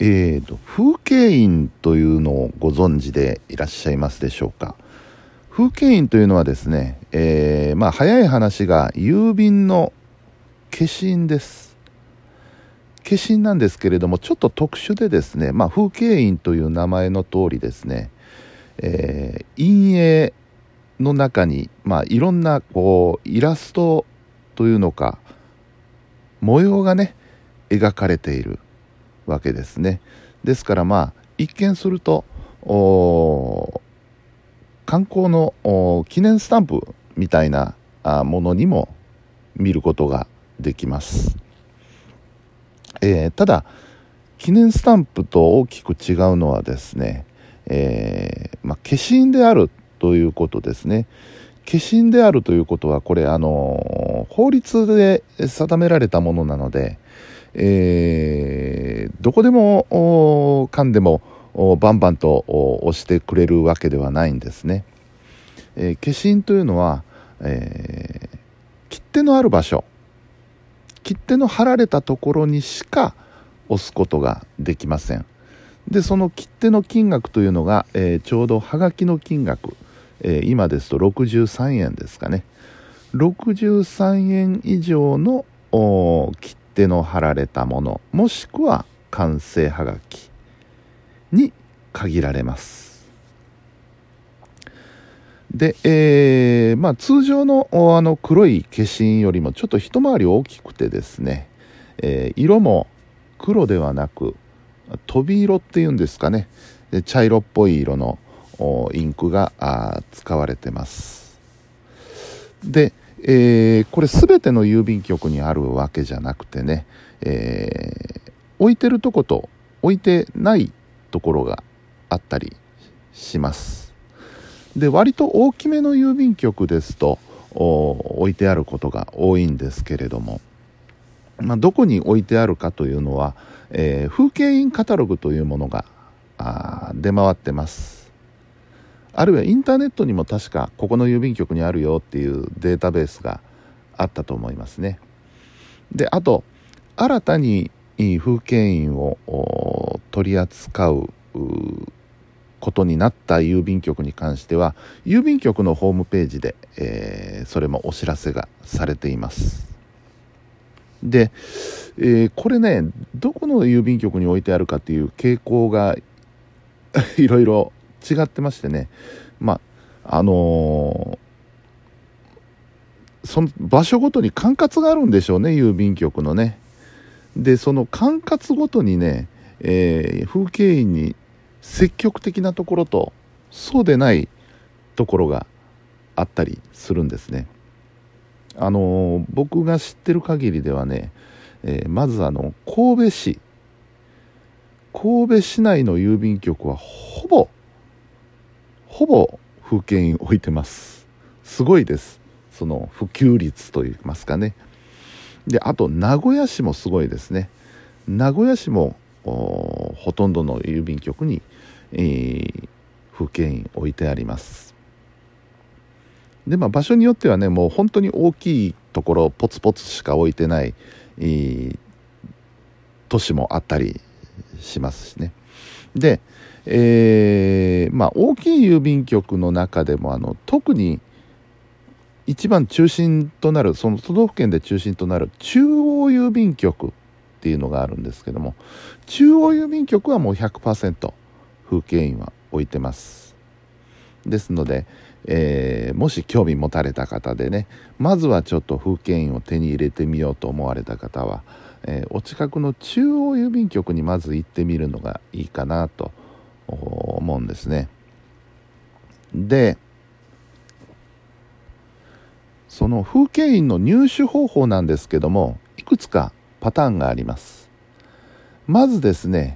風景印というのをご存知でいらっしゃいますでしょうか。風景印というのはですね、早い話が郵便の消印です。消印なんですけれども、ちょっと特殊でですね、風景印という名前の通りですね、印影の中に、いろんなイラストというのか模様がね描かれているわけですね。ですから一見すると観光の記念スタンプみたいなものにも見ることができます。ただ記念スタンプと大きく違うのはですね、消印であるということですね。消印であるということはこれ法律で定められたものなので、どこでもかんでもバンバンと押してくれるわけではないんですね。消印というのは、切手のある場所、切手の貼られたところにしか押すことができません。でその切手の金額というのが、ちょうどはがきの金額、今ですと63円ですかね。63円以上の切手の貼られたもの、もしくは完成はがきに限られます。で、通常の黒い消印よりもちょっと一回り大きくてですね、色も黒ではなく飛び色っていうんですかね、茶色っぽい色のインクが使われてます。で、これ全ての郵便局にあるわけじゃなくてね、置いてるとこと置いてないところがあったりします。で割と大きめの郵便局ですと置いてあることが多いんですけれども、どこに置いてあるかというのは、風景印カタログというものが出回ってます。あるいはインターネットにも確かここの郵便局にあるよっていうデータベースがあったと思いますね。であと新たに風景印を取り扱うことになった郵便局に関しては郵便局のホームページで、それもお知らせがされています。で、これねどこの郵便局に置いてあるかっていう傾向がいろいろ違ってましてね、その場所ごとに管轄があるんでしょうね、郵便局のね。でその管轄ごとにね、風景印に積極的なところとそうでないところがあったりするんですね。僕が知ってる限りではね、まず神戸市内の郵便局はほぼ風景印置いてます。すごいです。その普及率といいますかね。であと名古屋市もすごいですね。名古屋市もほとんどの郵便局に、風景印置いてあります。で場所によってはねもう本当に大きいところポツポツしか置いてない、都市もあったりしますしね。で、大きい郵便局の中でも特に一番中心となるその都道府県で中心となる中央郵便局っていうのがあるんですけども、中央郵便局はもう 100% 風景印は置いてます。ですので、もし興味持たれた方でねまずはちょっと風景印を手に入れてみようと思われた方は、お近くの中央郵便局にまず行ってみるのがいいかなと思うんですね。でその風景印の入手方法なんですけどもいくつかパターンがあります。まずですね、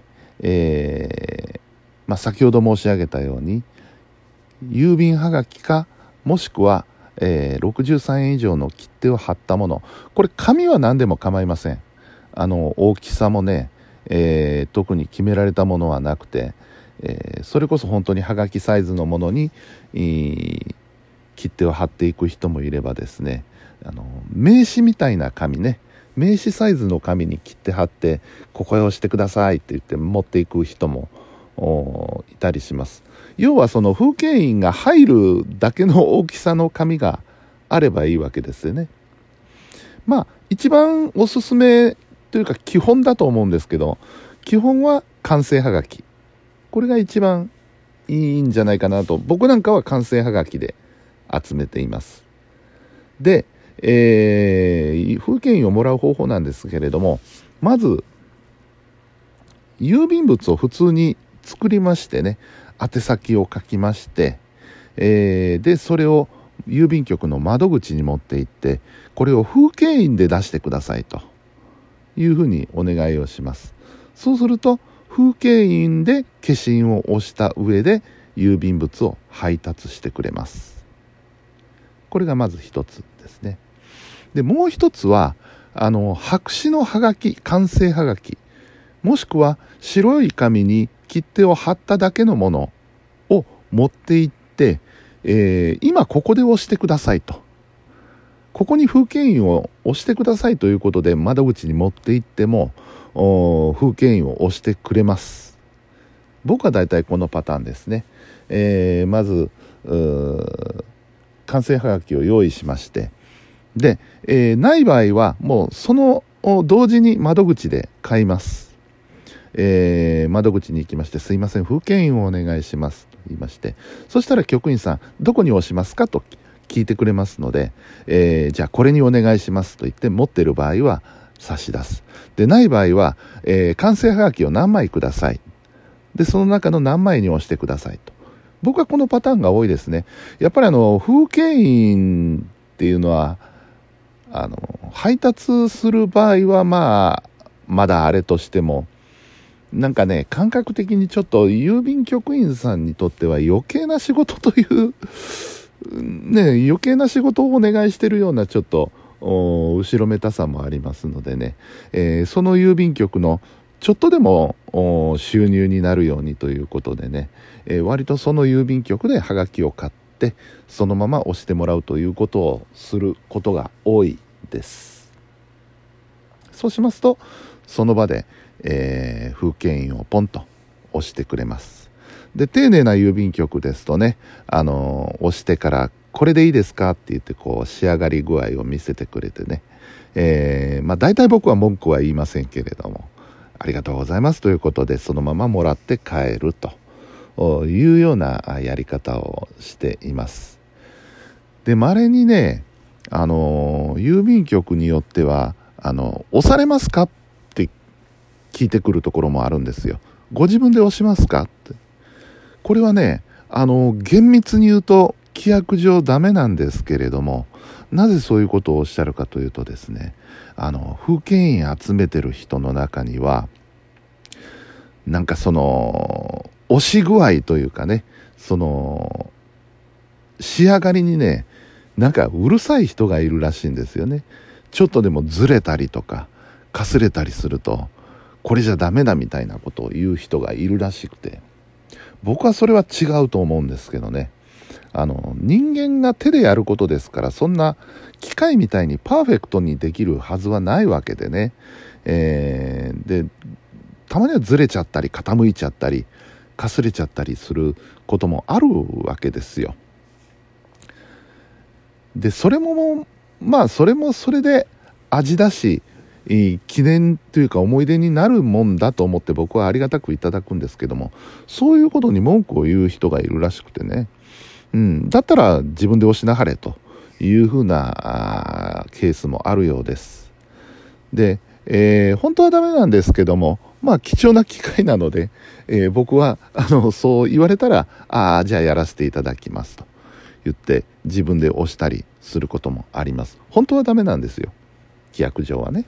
先ほど申し上げたように郵便はがきかもしくは、63円以上の切手を貼ったもの、これ紙は何でも構いません。大きさもね、特に決められたものはなくて、それこそ本当にはがきサイズのものに、切手を貼っていく人もいればですね名刺みたいな紙ね名刺サイズの紙に切って貼ってここへ押してくださいって言って持っていく人もいたりします。要はその風景印が入るだけの大きさの紙があればいいわけですよね。まあ一番おすすめというか基本だと思うんですけど、基本は完成はがき、これが一番いいんじゃないかなと。僕なんかは完成はがきで集めています。で、風景印をもらう方法なんですけれども、まず郵便物を普通に作りましてね、宛先を書きまして、でそれを郵便局の窓口に持って行って、これを風景印で出してくださいというふうにお願いをします。そうすると風景印で消印を押した上で郵便物を配達してくれます。これがまず一つですね。でもう一つは白紙のハガキ、完成ハガキ、もしくは白い紙に切手を貼っただけのものを持って行って、今ここで押してくださいと、ここに風景印を押してくださいということで窓口に持って行っても風景印を押してくれます。僕はだいたいこのパターンですね。まず完成はがきを用意しまして、で、ない場合はもうその同時に窓口で買います。窓口に行きまして、すいません風景印をお願いしますと言いまして、そしたら局員さんどこに押しますかと聞いてくれますので、じゃあこれにお願いしますと言って持っている場合は差し出す。でない場合は、完成はがきを何枚ください、でその中の何枚に押してくださいと。僕はこのパターンが多いですね。やっぱり風景印っていうのは配達する場合はまだあれとしても、なんかね感覚的にちょっと郵便局員さんにとっては余計な仕事というね、余計な仕事をお願いしてるようなちょっと後ろめたさもありますのでね、その郵便局のちょっとでも収入になるようにということでね、割とその郵便局でハガキを買ってそのまま押してもらうということをすることが多いです。そうしますとその場で、風景印をポンと押してくれます。で丁寧な郵便局ですとね、押してからこれでいいですかって言ってこう仕上がり具合を見せてくれてね、大体僕は文句は言いませんけれども、ありがとうございますということでそのままもらって帰るというようなやり方をしています。で稀にね、郵便局によっては押されますかって聞いてくるところもあるんですよ。ご自分で押しますかって。これはね厳密に言うと規約上ダメなんですけれども、なぜそういうことをおっしゃるかというとですね、風景印集めてる人の中にはなんかその押し具合というかね、その仕上がりにねなんかうるさい人がいるらしいんですよね。ちょっとでもずれたりとかかすれたりするとこれじゃダメだみたいなことを言う人がいるらしくて、僕はそれは違うと思うんですけどね。人間が手でやることですから、そんな機械みたいにパーフェクトにできるはずはないわけでね、でたまにはずれちゃったり傾いちゃったりかすれちゃったりすることもあるわけですよ。でそれもそれもそれで味だし記念というか思い出になるもんだと思って僕はありがたくいただくんですけども、そういうことに文句を言う人がいるらしくてね、だったら自分で押しなはれというふうなケースもあるようです。で、本当はダメなんですけども、貴重な機会なので、僕はそう言われたらじゃあやらせていただきますと言って自分で押したりすることもあります。本当はダメなんですよ、規約上はね。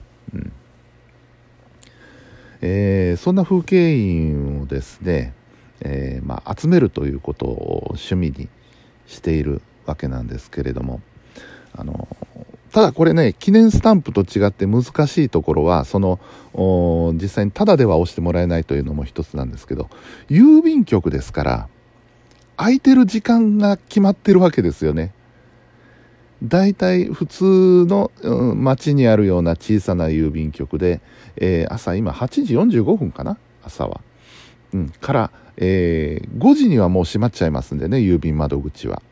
そんな風景印をですね、集めるということを趣味にしているわけなんですけれども、ただこれね記念スタンプと違って難しいところは実際にタダでは押してもらえないというのも一つなんですけど、郵便局ですから空いてる時間が決まってるわけですよね。 だいたい普通の、町にあるような小さな郵便局で、朝今8時45分かな、朝は、から、5時にはもう閉まっちゃいますんでね、郵便窓口は。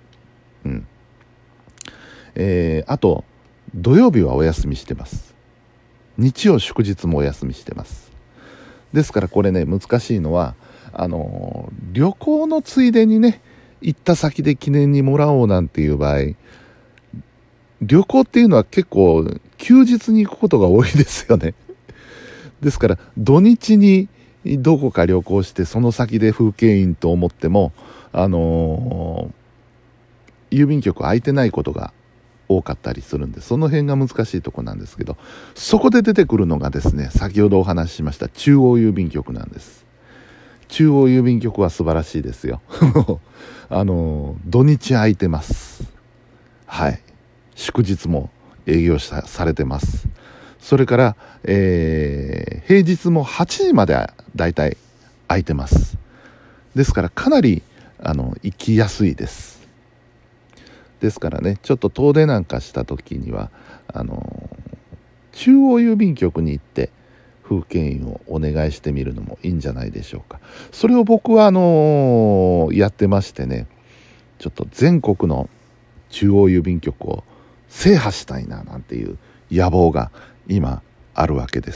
あと土曜日はお休みしてます。日曜祝日もお休みしてます。ですからこれね、難しいのは旅行のついでにね、行った先で記念にもらおうなんていう場合、旅行っていうのは結構休日に行くことが多いですよね。ですから土日にどこか旅行してその先で風景印と思っても郵便局空いてないことが多かったりするんで、その辺が難しいとこなんですけど、そこで出てくるのがですね、先ほどお話ししました中央郵便局なんです。中央郵便局は素晴らしいですよ。土日空いてます。はい、祝日も営業されてます。それから、平日も8時までだいたい空いてます。ですからかなり行きやすいです。ですからね、ちょっと遠出なんかした時には中央郵便局に行って風景印をお願いしてみるのもいいんじゃないでしょうか。それを僕はやってましてね、ちょっと全国の中央郵便局を制覇したいななんていう野望が今あるわけです。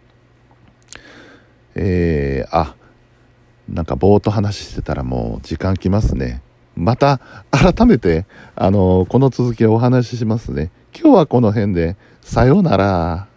なんかぼーっと話してたらもう時間きますね。また改めてこの続きをお話ししますね。今日はこの辺でさようなら。